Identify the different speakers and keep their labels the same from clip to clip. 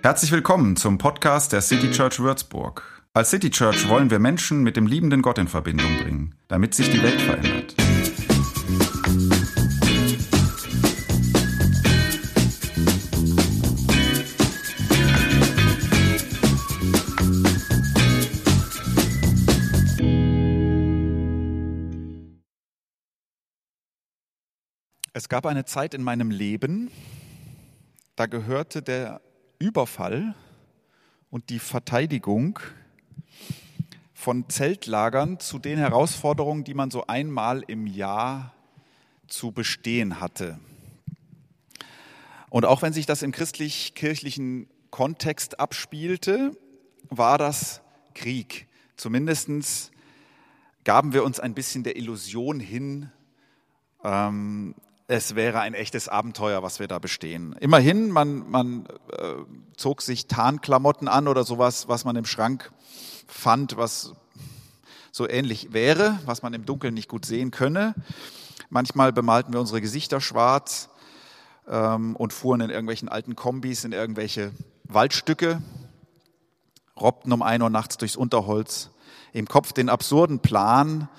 Speaker 1: Herzlich willkommen zum Podcast der City Church Würzburg. Als City Church wollen wir Menschen mit dem liebenden Gott in Verbindung bringen, damit sich die Welt verändert.
Speaker 2: Es gab eine Zeit in meinem Leben, da gehörte der Überfall und die Verteidigung von Zeltlagern zu den Herausforderungen, die man so einmal im Jahr zu bestehen hatte. Und auch wenn sich das im christlich-kirchlichen Kontext abspielte, war das Krieg. Zumindest gaben wir uns ein bisschen der Illusion hin, es wäre ein echtes Abenteuer, was wir da bestehen. Immerhin, man zog sich Tarnklamotten an oder sowas, was man im Schrank fand, was so ähnlich wäre, was man im Dunkeln nicht gut sehen könne. Manchmal bemalten wir unsere Gesichter schwarz und fuhren in irgendwelchen alten Kombis in irgendwelche Waldstücke, robbten um 1 Uhr nachts durchs Unterholz, im Kopf den absurden Plan,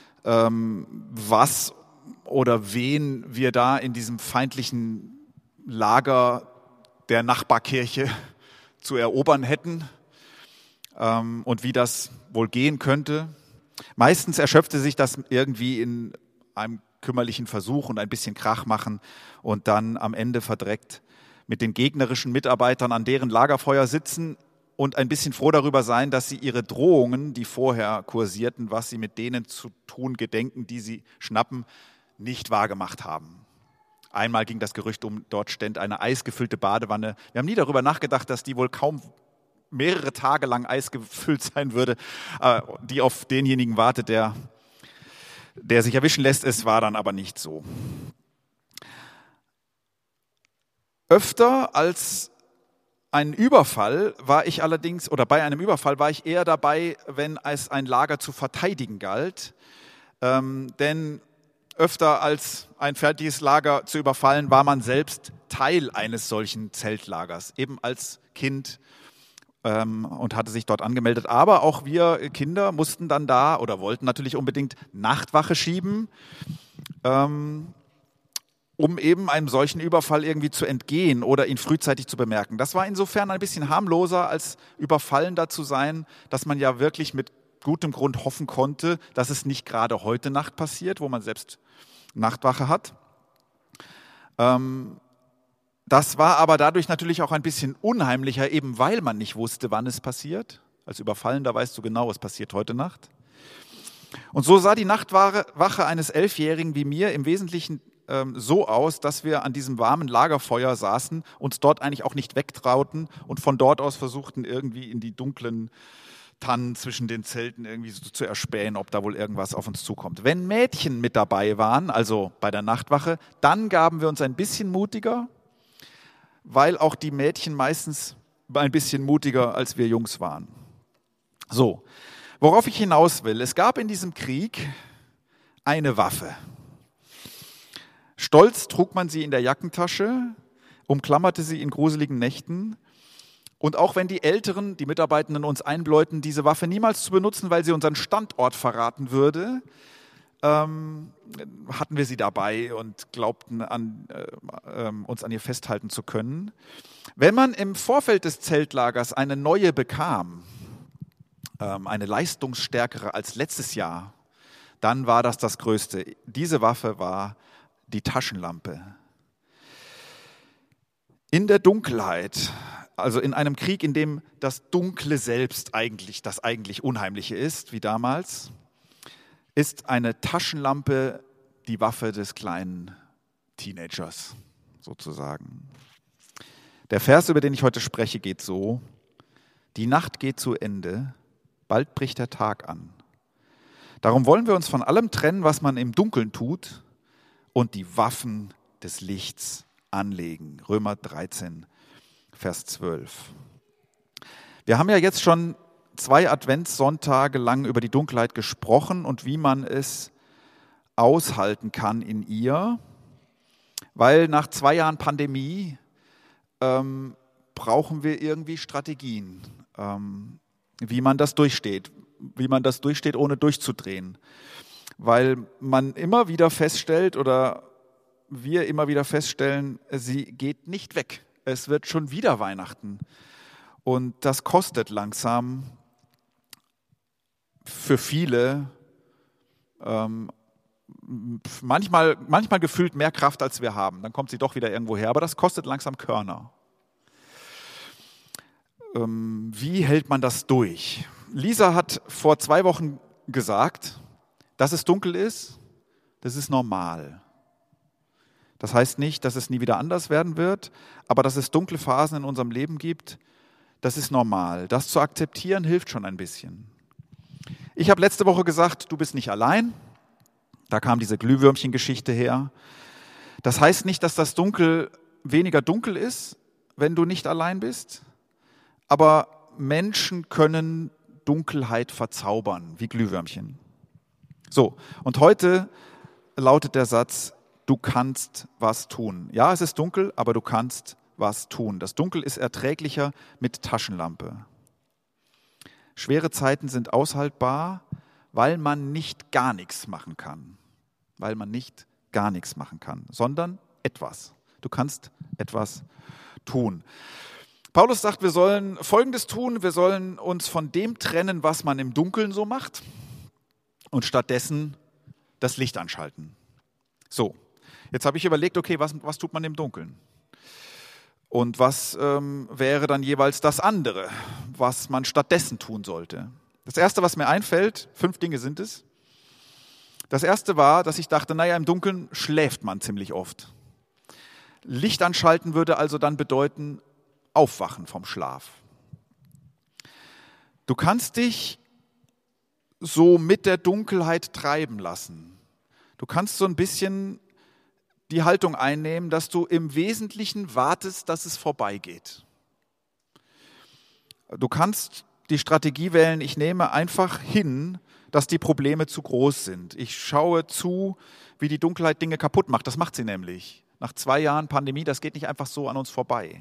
Speaker 2: was oder wen wir da in diesem feindlichen Lager der Nachbarkirche zu erobern hätten und wie das wohl gehen könnte. Meistens erschöpfte sich das irgendwie in einem kümmerlichen Versuch und ein bisschen Krach machen und dann am Ende verdreckt mit den gegnerischen Mitarbeitern an deren Lagerfeuer sitzen und ein bisschen froh darüber sein, dass sie ihre Drohungen, die vorher kursierten, was sie mit denen zu tun gedenken, die sie schnappen, nicht wahrgemacht haben. Einmal ging das Gerücht um, dort stände eine eisgefüllte Badewanne. Wir haben nie darüber nachgedacht, dass die wohl kaum mehrere Tage lang eisgefüllt sein würde, die auf denjenigen wartet, der sich erwischen lässt. Es war dann aber nicht so. Öfter als ein Überfall war ich allerdings, oder bei einem Überfall war ich eher dabei, wenn es ein Lager zu verteidigen galt. Denn öfter als ein fertiges Lager zu überfallen, war man selbst Teil eines solchen Zeltlagers, eben als Kind und hatte sich dort angemeldet. Aber auch wir Kinder mussten dann da oder wollten natürlich unbedingt Nachtwache schieben, um eben einem solchen Überfall irgendwie zu entgehen oder ihn frühzeitig zu bemerken. Das war insofern ein bisschen harmloser, als überfallender zu sein, dass man ja wirklich mit gutem Grund hoffen konnte, dass es nicht gerade heute Nacht passiert, wo man selbst Nachtwache hat. Das war aber dadurch natürlich auch ein bisschen unheimlicher, eben weil man nicht wusste, wann es passiert. Als Überfallender weißt du genau, es passiert heute Nacht. Und so sah die Nachtwache eines 11-Jährigen wie mir im Wesentlichen so aus, dass wir an diesem warmen Lagerfeuer saßen, uns dort eigentlich auch nicht wegtrauten und von dort aus versuchten, irgendwie in die dunklen Tannen zwischen den Zelten irgendwie so zu erspähen, ob da wohl irgendwas auf uns zukommt. Wenn Mädchen mit dabei waren, also bei der Nachtwache, dann gaben wir uns ein bisschen mutiger, weil auch die Mädchen meistens ein bisschen mutiger als wir Jungs waren. So, worauf ich hinaus will, es gab in diesem Krieg eine Waffe. Stolz trug man sie in der Jackentasche, umklammerte sie in gruseligen Nächten. Und auch wenn die Älteren, die Mitarbeitenden uns einbläuten, diese Waffe niemals zu benutzen, weil sie unseren Standort verraten würde, hatten wir sie dabei und glaubten, uns an ihr festhalten zu können. Wenn man im Vorfeld des Zeltlagers eine neue bekam, eine leistungsstärkere als letztes Jahr, dann war das Größte. Diese Waffe war die Taschenlampe. In der Dunkelheit, also in einem Krieg, in dem das Dunkle selbst das eigentlich Unheimliche ist, wie damals, ist eine Taschenlampe die Waffe des kleinen Teenagers, sozusagen. Der Vers, über den ich heute spreche, geht so: Die Nacht geht zu Ende, bald bricht der Tag an. Darum wollen wir uns von allem trennen, was man im Dunkeln tut, und die Waffen des Lichts anlegen. Römer 13, Vers 12. Wir haben ja jetzt schon 2 Adventssonntage lang über die Dunkelheit gesprochen und wie man es aushalten kann in ihr, weil nach 2 Jahren Pandemie brauchen wir irgendwie Strategien, wie man das durchsteht, ohne durchzudrehen. Weil man immer wieder feststellt oder wir immer wieder feststellen, sie geht nicht weg. Es wird schon wieder Weihnachten. Und das kostet langsam für viele manchmal gefühlt mehr Kraft, als wir haben. Dann kommt sie doch wieder irgendwo her, aber das kostet langsam Körner. Wie hält man das durch? Lisa hat vor 2 Wochen gesagt, dass es dunkel ist, das ist normal. Das heißt nicht, dass es nie wieder anders werden wird, aber dass es dunkle Phasen in unserem Leben gibt, das ist normal. Das zu akzeptieren hilft schon ein bisschen. Ich habe letzte Woche gesagt, du bist nicht allein. Da kam diese Glühwürmchen-Geschichte her. Das heißt nicht, dass das Dunkel weniger dunkel ist, wenn du nicht allein bist. Aber Menschen können Dunkelheit verzaubern, wie Glühwürmchen. So, und heute lautet der Satz, du kannst was tun. Ja, es ist dunkel, aber du kannst was tun. Das Dunkel ist erträglicher mit Taschenlampe. Schwere Zeiten sind aushaltbar, weil man nicht gar nichts machen kann. Weil man nicht gar nichts machen kann, sondern etwas. Du kannst etwas tun. Paulus sagt, wir sollen Folgendes tun, wir sollen uns von dem trennen, was man im Dunkeln so macht und stattdessen das Licht anschalten. So, jetzt habe ich überlegt, okay, was tut man im Dunkeln? Und was wäre dann jeweils das andere, was man stattdessen tun sollte? Das Erste, was mir einfällt, 5 Dinge sind es. Das Erste war, dass ich dachte, im Dunkeln schläft man ziemlich oft. Licht anschalten würde also dann bedeuten, aufwachen vom Schlaf. Du kannst dich so mit der Dunkelheit treiben lassen. Du kannst so ein bisschen die Haltung einnehmen, dass du im Wesentlichen wartest, dass es vorbeigeht. Du kannst die Strategie wählen, ich nehme einfach hin, dass die Probleme zu groß sind. Ich schaue zu, wie die Dunkelheit Dinge kaputt macht. Das macht sie nämlich. Nach 2 Jahren Pandemie, das geht nicht einfach so an uns vorbei.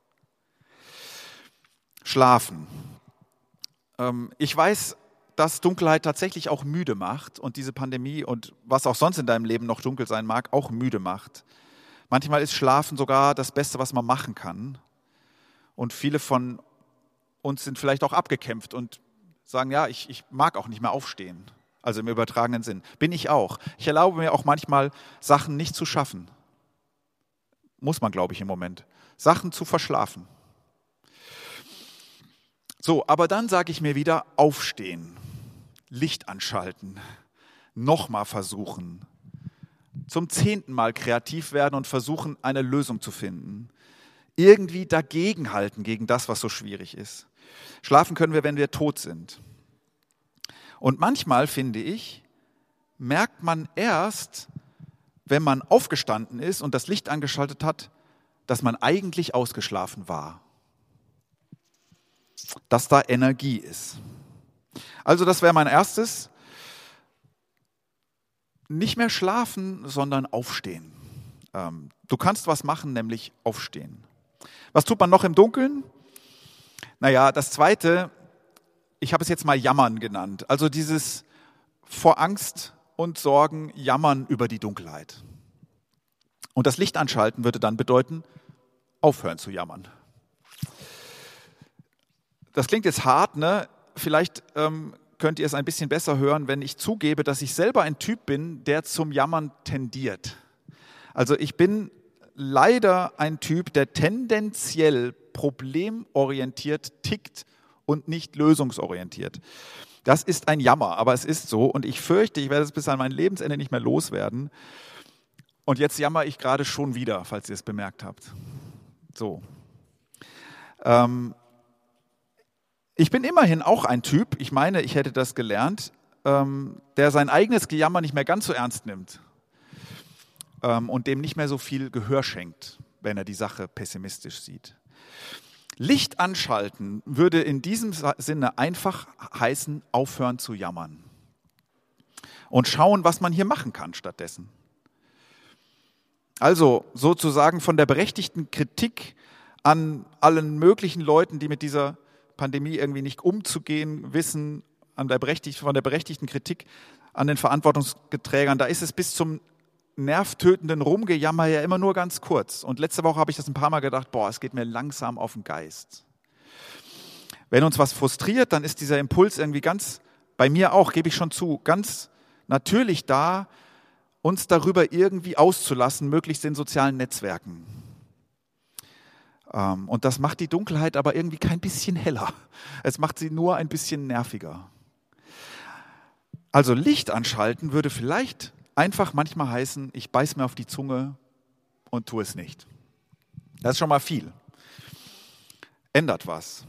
Speaker 2: Schlafen. Ich weiß, dass Dunkelheit tatsächlich auch müde macht und diese Pandemie und was auch sonst in deinem Leben noch dunkel sein mag, auch müde macht. Manchmal ist Schlafen sogar das Beste, was man machen kann. Und viele von uns sind vielleicht auch abgekämpft und sagen, ja, ich mag auch nicht mehr aufstehen. Also im übertragenen Sinn. Bin ich auch. Ich erlaube mir auch manchmal, Sachen nicht zu schaffen. Muss man, glaube ich, im Moment. Sachen zu verschlafen. So, aber dann sage ich mir wieder, aufstehen, Licht anschalten, nochmal versuchen, zum 10. Mal kreativ werden und versuchen, eine Lösung zu finden. Irgendwie dagegenhalten gegen das, was so schwierig ist. Schlafen können wir, wenn wir tot sind. Und manchmal, finde ich, merkt man erst, wenn man aufgestanden ist und das Licht angeschaltet hat, dass man eigentlich ausgeschlafen war. Dass da Energie ist. Also das wäre mein erstes. Nicht mehr schlafen, sondern aufstehen. Du kannst was machen, nämlich aufstehen. Was tut man noch im Dunkeln? Das Zweite, ich habe es jetzt mal Jammern genannt. Also dieses vor Angst und Sorgen jammern über die Dunkelheit. Und das Licht anschalten würde dann bedeuten, aufhören zu jammern. Das klingt jetzt hart, ne? Vielleicht könnt ihr es ein bisschen besser hören, wenn ich zugebe, dass ich selber ein Typ bin, der zum Jammern tendiert. Also ich bin leider ein Typ, der tendenziell problemorientiert tickt und nicht lösungsorientiert. Das ist ein Jammer, aber es ist so und ich fürchte, ich werde es bis an mein Lebensende nicht mehr loswerden. Und jetzt jammer ich gerade schon wieder, falls ihr es bemerkt habt. So. Ich bin immerhin auch ein Typ, ich meine, ich hätte das gelernt, der sein eigenes Gejammer nicht mehr ganz so ernst nimmt und dem nicht mehr so viel Gehör schenkt, wenn er die Sache pessimistisch sieht. Licht anschalten würde in diesem Sinne einfach heißen, aufhören zu jammern und schauen, was man hier machen kann stattdessen. Also sozusagen von der berechtigten Kritik an allen möglichen Leuten, die mit dieser Pandemie irgendwie nicht umzugehen wissen, von der berechtigten Kritik an den Verantwortungsträgern, da ist es bis zum nervtötenden Rumgejammer ja immer nur ganz kurz. Und letzte Woche habe ich das ein paar Mal gedacht, es geht mir langsam auf den Geist. Wenn uns was frustriert, dann ist dieser Impuls irgendwie ganz, bei mir auch, gebe ich schon zu, ganz natürlich da, uns darüber irgendwie auszulassen, möglichst in sozialen Netzwerken. Und das macht die Dunkelheit aber irgendwie kein bisschen heller. Es macht sie nur ein bisschen nerviger. Also Licht anschalten würde vielleicht einfach manchmal heißen, ich beiß mir auf die Zunge und tue es nicht. Das ist schon mal viel. Ändert was.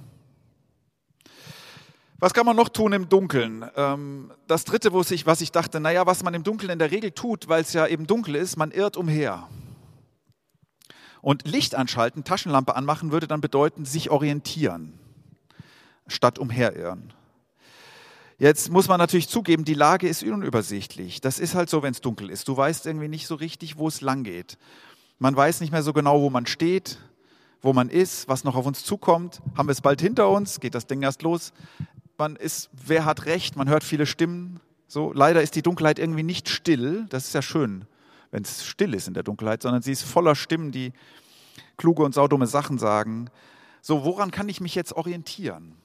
Speaker 2: Was kann man noch tun im Dunkeln? Das Dritte, was ich dachte, was man im Dunkeln in der Regel tut, weil es ja eben dunkel ist, man irrt umher. Und Licht anschalten, Taschenlampe anmachen, würde dann bedeuten, sich orientieren, statt umherirren. Jetzt muss man natürlich zugeben, die Lage ist unübersichtlich. Das ist halt so, wenn es dunkel ist. Du weißt irgendwie nicht so richtig, wo es lang geht. Man weiß nicht mehr so genau, wo man steht, wo man ist, was noch auf uns zukommt. Haben wir es bald hinter uns? Geht das Ding erst los? Wer hat recht? Man hört viele Stimmen. So, leider ist die Dunkelheit irgendwie nicht still. Das ist ja schön, wenn es still ist in der Dunkelheit, sondern sie ist voller Stimmen, die kluge und saudumme Sachen sagen. So, woran kann ich mich jetzt orientieren?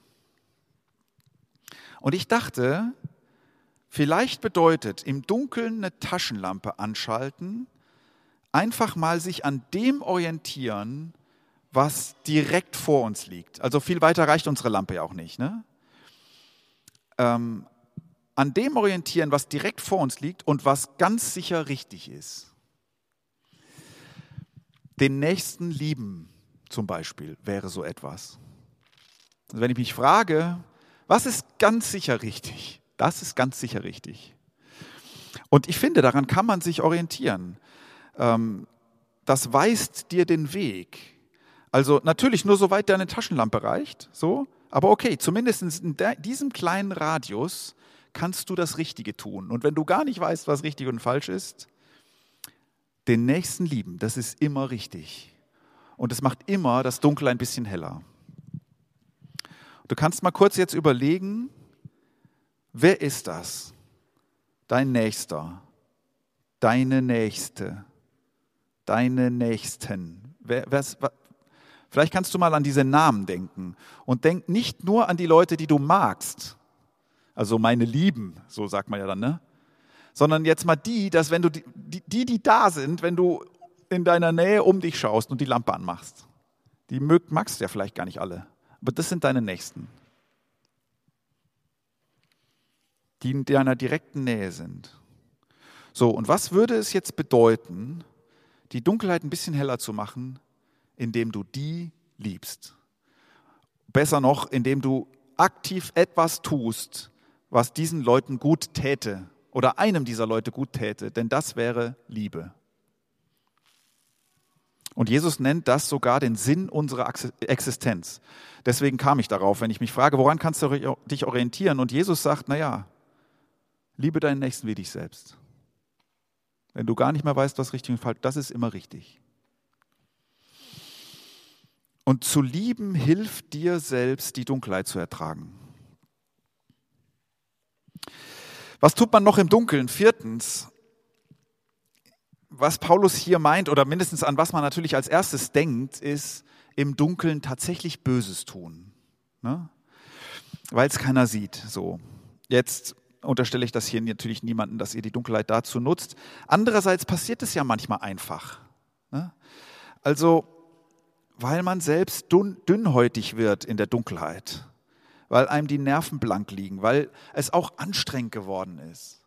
Speaker 2: Und ich dachte, vielleicht bedeutet im Dunkeln eine Taschenlampe anschalten, einfach mal sich an dem orientieren, was direkt vor uns liegt. Also viel weiter reicht unsere Lampe ja auch nicht, ne? An dem orientieren, was direkt vor uns liegt und was ganz sicher richtig ist. Den Nächsten lieben zum Beispiel wäre so etwas. Also wenn ich mich frage, was ist ganz sicher richtig? Das ist ganz sicher richtig. Und ich finde, daran kann man sich orientieren. Das weist dir den Weg. Also natürlich nur soweit deine Taschenlampe reicht, so. Aber okay, zumindest in diesem kleinen Radius kannst du das Richtige tun. Und wenn du gar nicht weißt, was richtig und falsch ist, den Nächsten lieben, das ist immer richtig. Und es macht immer das Dunkel ein bisschen heller. Du kannst mal kurz jetzt überlegen, wer ist das? Dein Nächster, deine Nächste, deine Nächsten. Vielleicht kannst du mal an diese Namen denken und denk nicht nur an die Leute, die du magst, also meine Lieben, so sagt man ja dann, ne? Sondern jetzt mal dass wenn du die da sind, wenn du in deiner Nähe um dich schaust und die Lampe anmachst. Die magst du ja vielleicht gar nicht alle, aber das sind deine Nächsten, die in deiner direkten Nähe sind. So, und was würde es jetzt bedeuten, die Dunkelheit ein bisschen heller zu machen, indem du die liebst? Besser noch, indem du aktiv etwas tust, was diesen Leuten gut täte oder einem dieser Leute gut täte, denn das wäre Liebe. Und Jesus nennt das sogar den Sinn unserer Existenz. Deswegen kam ich darauf, wenn ich mich frage, woran kannst du dich orientieren? Und Jesus sagt, liebe deinen Nächsten wie dich selbst. Wenn du gar nicht mehr weißt, was richtig und falsch ist, das ist immer richtig. Und zu lieben hilft dir selbst, die Dunkelheit zu ertragen. Was tut man noch im Dunkeln? Viertens, was Paulus hier meint, oder mindestens an was man natürlich als erstes denkt, ist im Dunkeln tatsächlich Böses tun. Ne? Weil es keiner sieht. So. Jetzt unterstelle ich das hier natürlich niemandem, dass ihr die Dunkelheit dazu nutzt. Andererseits passiert es ja manchmal einfach. Ne? Also, weil man selbst dünnhäutig wird in der Dunkelheit, weil einem die Nerven blank liegen, weil es auch anstrengend geworden ist.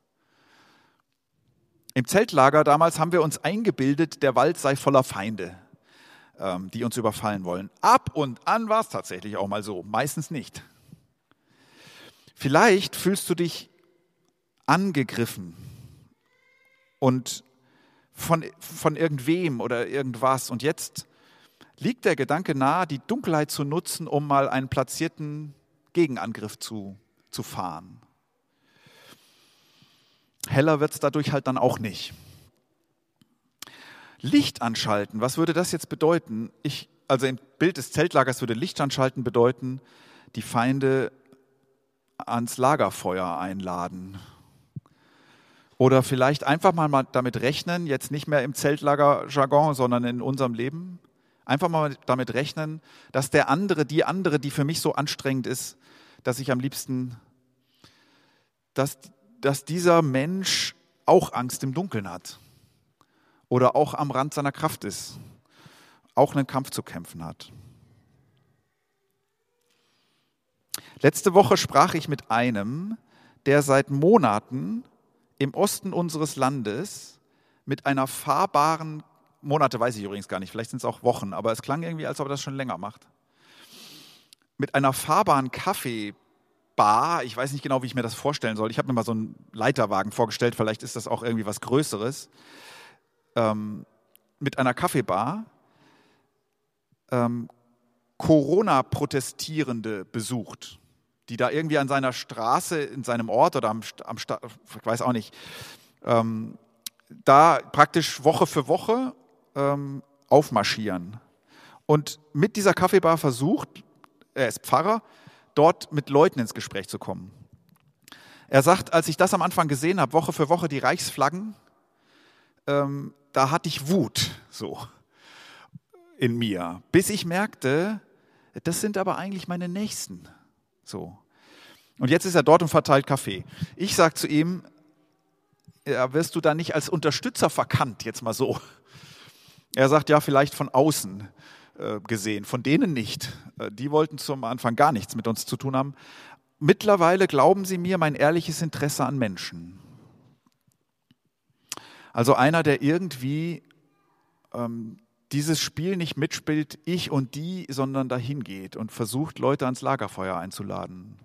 Speaker 2: Im Zeltlager damals haben wir uns eingebildet, der Wald sei voller Feinde, die uns überfallen wollen. Ab und an war es tatsächlich auch mal so, meistens nicht. Vielleicht fühlst du dich angegriffen und von irgendwem oder irgendwas. Und jetzt liegt der Gedanke nahe, die Dunkelheit zu nutzen, um mal einen platzierten Gegenangriff zu fahren. Heller wird es dadurch halt dann auch nicht. Licht anschalten, was würde das jetzt bedeuten? Ich also im Bild des Zeltlagers würde Licht anschalten bedeuten, die Feinde ans Lagerfeuer einladen. Oder vielleicht einfach mal damit rechnen, jetzt nicht mehr im Zeltlager-Jargon, sondern in unserem Leben, einfach mal damit rechnen, dass die andere, die für mich so anstrengend ist, dass ich am liebsten, dass dieser Mensch auch Angst im Dunkeln hat oder auch am Rand seiner Kraft ist, auch einen Kampf zu kämpfen hat. Letzte Woche sprach ich mit einem, der seit Monaten im Osten unseres Landes mit einer fahrbaren, Monate weiß ich übrigens gar nicht, vielleicht sind es auch Wochen, aber es klang irgendwie, als ob er das schon länger macht, mit einer fahrbaren Kaffeebar, ich weiß nicht genau, wie ich mir das vorstellen soll, ich habe mir mal so einen Leiterwagen vorgestellt, vielleicht ist das auch irgendwie was Größeres, mit einer Kaffeebar Corona-Protestierende besucht, die da irgendwie an seiner Straße, in seinem Ort oder am ich weiß auch nicht, da praktisch Woche für Woche aufmarschieren. Und mit dieser Kaffeebar versucht, er ist Pfarrer, dort mit Leuten ins Gespräch zu kommen. Er sagt, als ich das am Anfang gesehen habe, Woche für Woche die Reichsflaggen, da hatte ich Wut so in mir, bis ich merkte, das sind aber eigentlich meine Nächsten. So. Und jetzt ist er dort und verteilt Kaffee. Ich sage zu ihm, ja, wirst du da nicht als Unterstützer verkannt, jetzt mal so. Er sagt, ja, vielleicht von außen gesehen, von denen nicht. Die wollten zum Anfang gar nichts mit uns zu tun haben. Mittlerweile glauben sie mir mein ehrliches Interesse an Menschen. Also einer, der irgendwie dieses Spiel nicht mitspielt, ich und die, sondern dahin geht und versucht, Leute ans Lagerfeuer einzuladen.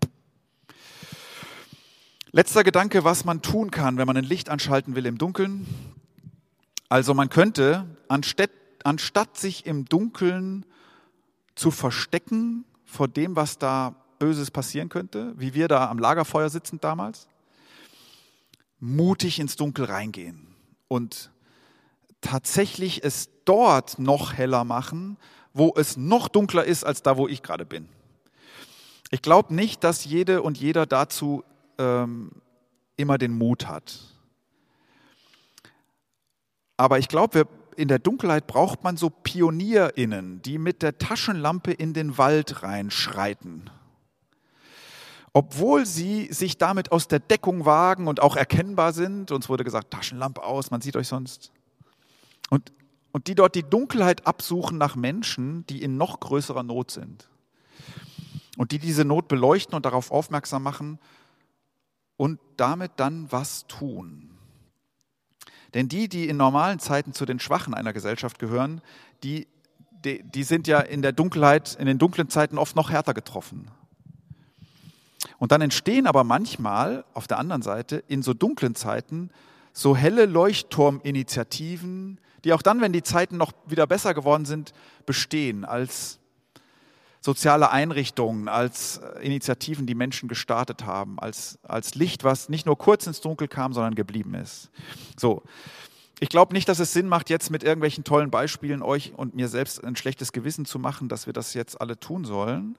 Speaker 2: Letzter Gedanke, was man tun kann, wenn man ein Licht anschalten will im Dunkeln. Also man könnte, anstatt sich im Dunkeln zu verstecken vor dem, was da Böses passieren könnte, wie wir da am Lagerfeuer sitzen damals, mutig ins Dunkel reingehen und tatsächlich es dort noch heller machen, wo es noch dunkler ist als da, wo ich gerade bin. Ich glaube nicht, dass jede und jeder dazu immer den Mut hat. Aber ich glaube, in der Dunkelheit braucht man so PionierInnen, die mit der Taschenlampe in den Wald reinschreiten. Obwohl sie sich damit aus der Deckung wagen und auch erkennbar sind, uns wurde gesagt, Taschenlampe aus, man sieht euch sonst. Und die dort die Dunkelheit absuchen nach Menschen, die in noch größerer Not sind. Und die diese Not beleuchten und darauf aufmerksam machen und damit dann was tun. Denn die in normalen Zeiten zu den Schwachen einer Gesellschaft gehören, die sind ja in der Dunkelheit, in den dunklen Zeiten oft noch härter getroffen. Und dann entstehen aber manchmal auf der anderen Seite in so dunklen Zeiten so helle Leuchtturminitiativen, die auch dann, wenn die Zeiten noch wieder besser geworden sind, bestehen als soziale Einrichtungen, als Initiativen, die Menschen gestartet haben, als Licht, was nicht nur kurz ins Dunkel kam, sondern geblieben ist. So, ich glaube nicht, dass es Sinn macht, jetzt mit irgendwelchen tollen Beispielen euch und mir selbst ein schlechtes Gewissen zu machen, dass wir das jetzt alle tun sollen.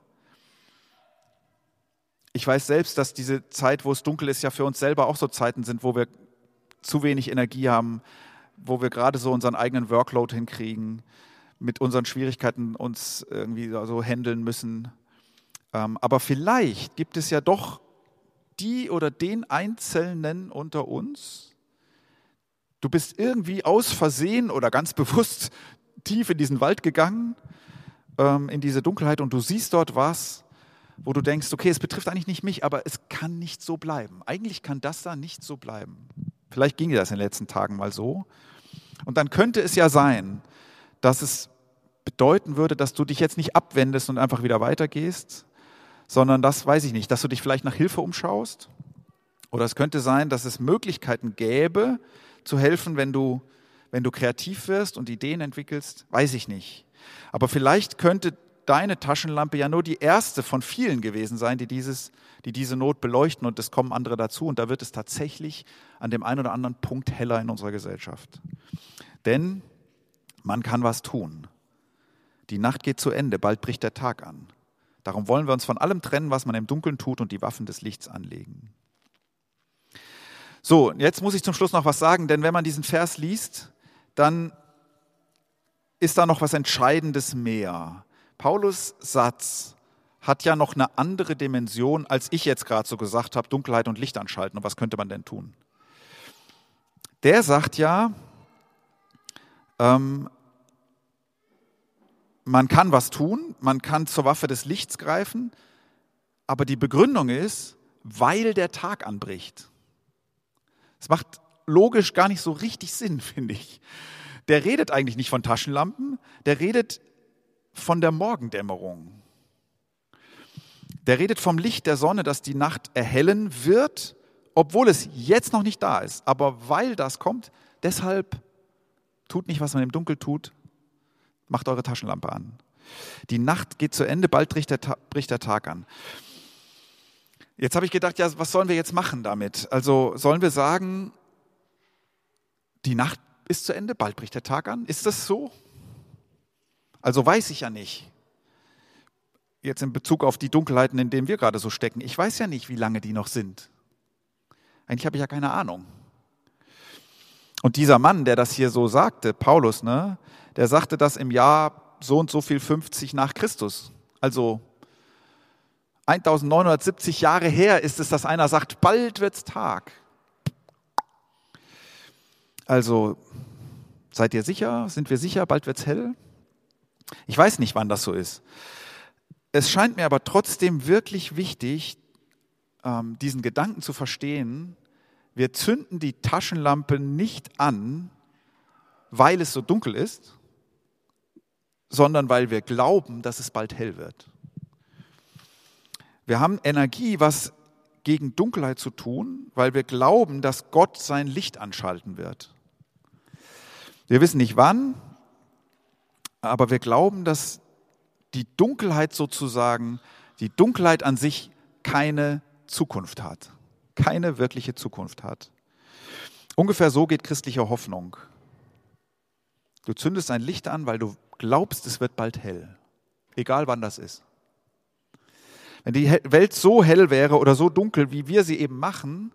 Speaker 2: Ich weiß selbst, dass diese Zeit, wo es dunkel ist, ja für uns selber auch so Zeiten sind, wo wir zu wenig Energie haben, wo wir gerade so unseren eigenen Workload hinkriegen, mit unseren Schwierigkeiten uns irgendwie so handeln müssen. Aber vielleicht gibt es ja doch die oder den Einzelnen unter uns. Du bist irgendwie aus Versehen oder ganz bewusst tief in diesen Wald gegangen, in diese Dunkelheit, und du siehst dort was, wo du denkst, okay, es betrifft eigentlich nicht mich, aber es kann nicht so bleiben. Eigentlich kann das da nicht so bleiben. Vielleicht ging dir das in den letzten Tagen mal so. Und dann könnte es ja sein, dass es bedeuten würde, dass du dich jetzt nicht abwendest und einfach wieder weitergehst, sondern das, weiß ich nicht, dass du dich vielleicht nach Hilfe umschaust. Oder es könnte sein, dass es Möglichkeiten gäbe, zu helfen, wenn du kreativ wirst und Ideen entwickelst, weiß ich nicht. Aber vielleicht könnte deine Taschenlampe ja nur die erste von vielen gewesen sein, die diese Not beleuchten, und es kommen andere dazu, und da wird es tatsächlich an dem einen oder anderen Punkt heller in unserer Gesellschaft. Denn man kann was tun. Die Nacht geht zu Ende, bald bricht der Tag an. Darum wollen wir uns von allem trennen, was man im Dunkeln tut, und die Waffen des Lichts anlegen. So, jetzt muss ich zum Schluss noch was sagen, denn wenn man diesen Vers liest, dann ist da noch was Entscheidendes mehr. Paulus' Satz hat ja noch eine andere Dimension, als ich jetzt gerade so gesagt habe, Dunkelheit und Licht anschalten. Und was könnte man denn tun? Der sagt ja, man kann was tun, man kann zur Waffe des Lichts greifen, aber die Begründung ist, weil der Tag anbricht. Das macht logisch gar nicht so richtig Sinn, finde ich. Der redet eigentlich nicht von Taschenlampen, der redet von der Morgendämmerung. Der redet vom Licht der Sonne, das die Nacht erhellen wird, obwohl es jetzt noch nicht da ist. Aber weil das kommt, deshalb tut nicht, was man im Dunkeln tut, macht eure Taschenlampe an. Die Nacht geht zu Ende, bald bricht der Tag an. Jetzt habe ich gedacht, ja, was sollen wir jetzt machen damit? Also sollen wir sagen, die Nacht ist zu Ende, bald bricht der Tag an? Ist das so? Also weiß ich ja nicht. Jetzt in Bezug auf die Dunkelheiten, in denen wir gerade so stecken. Ich weiß ja nicht, wie lange die noch sind. Eigentlich habe ich ja keine Ahnung. Und dieser Mann, der das hier so sagte, Paulus, ne, der sagte das im Jahr so und so viel 50 nach Christus. Also 1970 Jahre her ist es, dass einer sagt, bald wird's Tag. Also seid ihr sicher? Sind wir sicher, bald wird's hell? Ich weiß nicht, wann das so ist. Es scheint mir aber trotzdem wirklich wichtig, diesen Gedanken zu verstehen, wir zünden die Taschenlampe nicht an, weil es so dunkel ist, sondern weil wir glauben, dass es bald hell wird. Wir haben Energie, was gegen Dunkelheit zu tun, weil wir glauben, dass Gott sein Licht anschalten wird. Wir wissen nicht wann, aber wir glauben, dass die Dunkelheit sozusagen, die Dunkelheit an sich keine Zukunft hat, keine wirkliche Zukunft hat. Ungefähr so geht christliche Hoffnung. Du zündest ein Licht an, weil du glaubst, es wird bald hell, egal wann das ist. Wenn die Welt so hell wäre oder so dunkel, wie wir sie eben machen,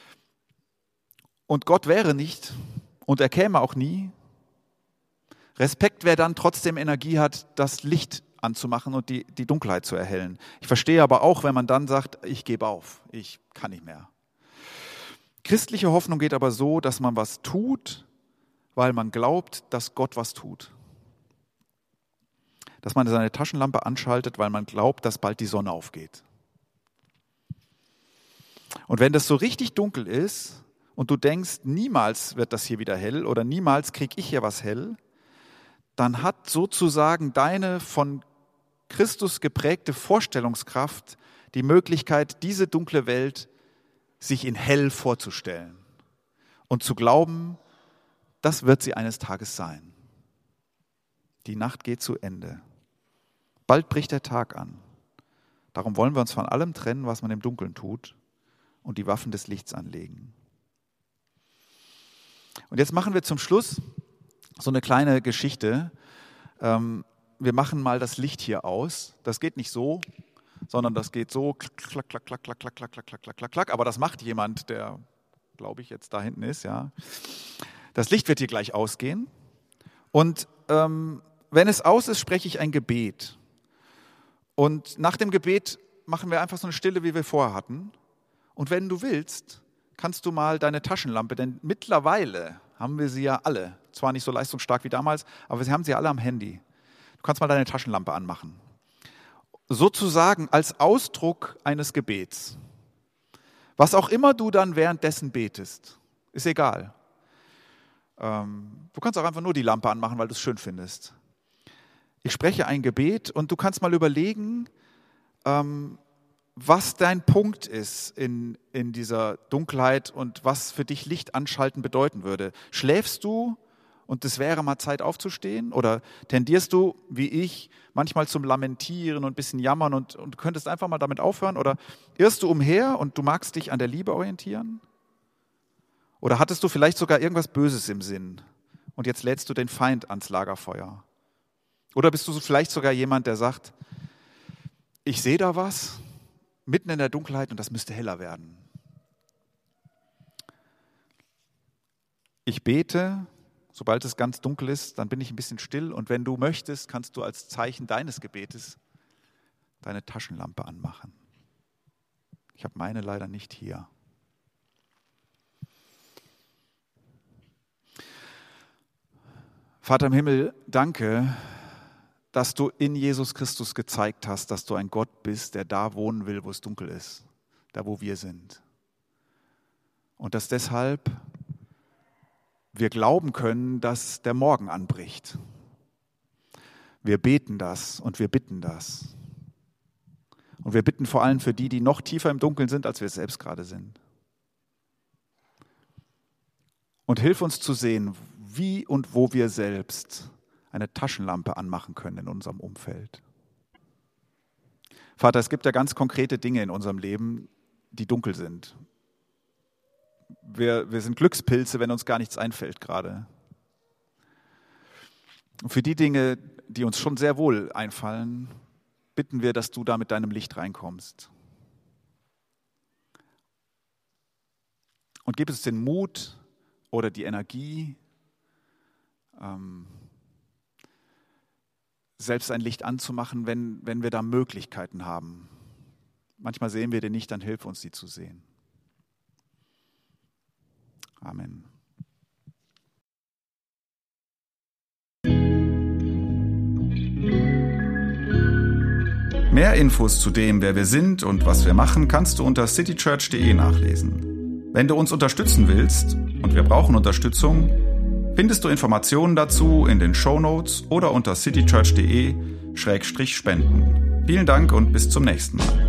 Speaker 2: und Gott wäre nicht und er käme auch nie, Respekt, wer dann trotzdem Energie hat, das Licht anzumachen und die Dunkelheit zu erhellen. Ich verstehe aber auch, wenn man dann sagt, ich gebe auf, ich kann nicht mehr. Christliche Hoffnung geht aber so, dass man was tut, weil man glaubt, dass Gott was tut. Dass man seine Taschenlampe anschaltet, weil man glaubt, dass bald die Sonne aufgeht. Und wenn das so richtig dunkel ist und du denkst, niemals wird das hier wieder hell oder niemals kriege ich hier was hell, dann hat sozusagen deine von Christus geprägte Vorstellungskraft die Möglichkeit, diese dunkle Welt sich in hell vorzustellen und zu glauben, das wird sie eines Tages sein. Die Nacht geht zu Ende. Bald bricht der Tag an. Darum wollen wir uns von allem trennen, was man im Dunkeln tut, und die Waffen des Lichts anlegen. Und jetzt machen wir zum Schluss so eine kleine Geschichte. Wir machen mal das Licht hier aus. Das geht nicht so, sondern das geht so, klack, klack, klack, klack, klack, klack, klack, klack, klack, klack, klack. Aber das macht jemand, der, glaube ich, jetzt da hinten ist. Ja. Das Licht wird hier gleich ausgehen. Und wenn es aus ist, spreche ich ein Gebet. Und nach dem Gebet machen wir einfach so eine Stille, wie wir vorher hatten. Und wenn du willst, kannst du mal deine Taschenlampe, denn mittlerweile haben wir sie ja alle, zwar nicht so leistungsstark wie damals, aber wir haben sie alle am Handy. Du kannst mal deine Taschenlampe anmachen. Sozusagen als Ausdruck eines Gebets. Was auch immer du dann währenddessen betest, ist egal. Du kannst auch einfach nur die Lampe anmachen, weil du es schön findest. Ich spreche ein Gebet und du kannst mal überlegen, was dein Punkt ist in dieser Dunkelheit und was für dich Licht anschalten bedeuten würde. Schläfst du und es wäre mal Zeit aufzustehen? Oder tendierst du, wie ich, manchmal zum Lamentieren und ein bisschen jammern und könntest einfach mal damit aufhören? Oder irrst du umher und du magst dich an der Liebe orientieren? Oder hattest du vielleicht sogar irgendwas Böses im Sinn und jetzt lädst du den Feind ans Lagerfeuer? Oder bist du vielleicht sogar jemand, der sagt, ich sehe da was mitten in der Dunkelheit und das müsste heller werden. Ich bete, sobald es ganz dunkel ist, dann bin ich ein bisschen still und wenn du möchtest, kannst du als Zeichen deines Gebetes deine Taschenlampe anmachen. Ich habe meine leider nicht hier. Vater im Himmel, danke, dass du in Jesus Christus gezeigt hast, dass du ein Gott bist, der da wohnen will, wo es dunkel ist, da wo wir sind. Und dass deshalb wir glauben können, dass der Morgen anbricht. Wir beten das und wir bitten das. Und wir bitten vor allem für die, die noch tiefer im Dunkeln sind, als wir selbst gerade sind. Und hilf uns zu sehen, wie und wo wir selbst eine Taschenlampe anmachen können in unserem Umfeld. Vater, es gibt ja ganz konkrete Dinge in unserem Leben, die dunkel sind. Wir sind Glückspilze, wenn uns gar nichts einfällt gerade. Und für die Dinge, die uns schon sehr wohl einfallen, bitten wir, dass du da mit deinem Licht reinkommst. Und gib uns den Mut oder die Energie, selbst ein Licht anzumachen, wenn wir da Möglichkeiten haben. Manchmal sehen wir den nicht, dann hilf uns, die zu sehen. Amen.
Speaker 1: Mehr Infos zu dem, wer wir sind und was wir machen, kannst du unter citychurch.de nachlesen. Wenn du uns unterstützen willst, und wir brauchen Unterstützung, findest du Informationen dazu in den Shownotes oder unter citychurch.de/spenden. Vielen Dank und bis zum nächsten Mal.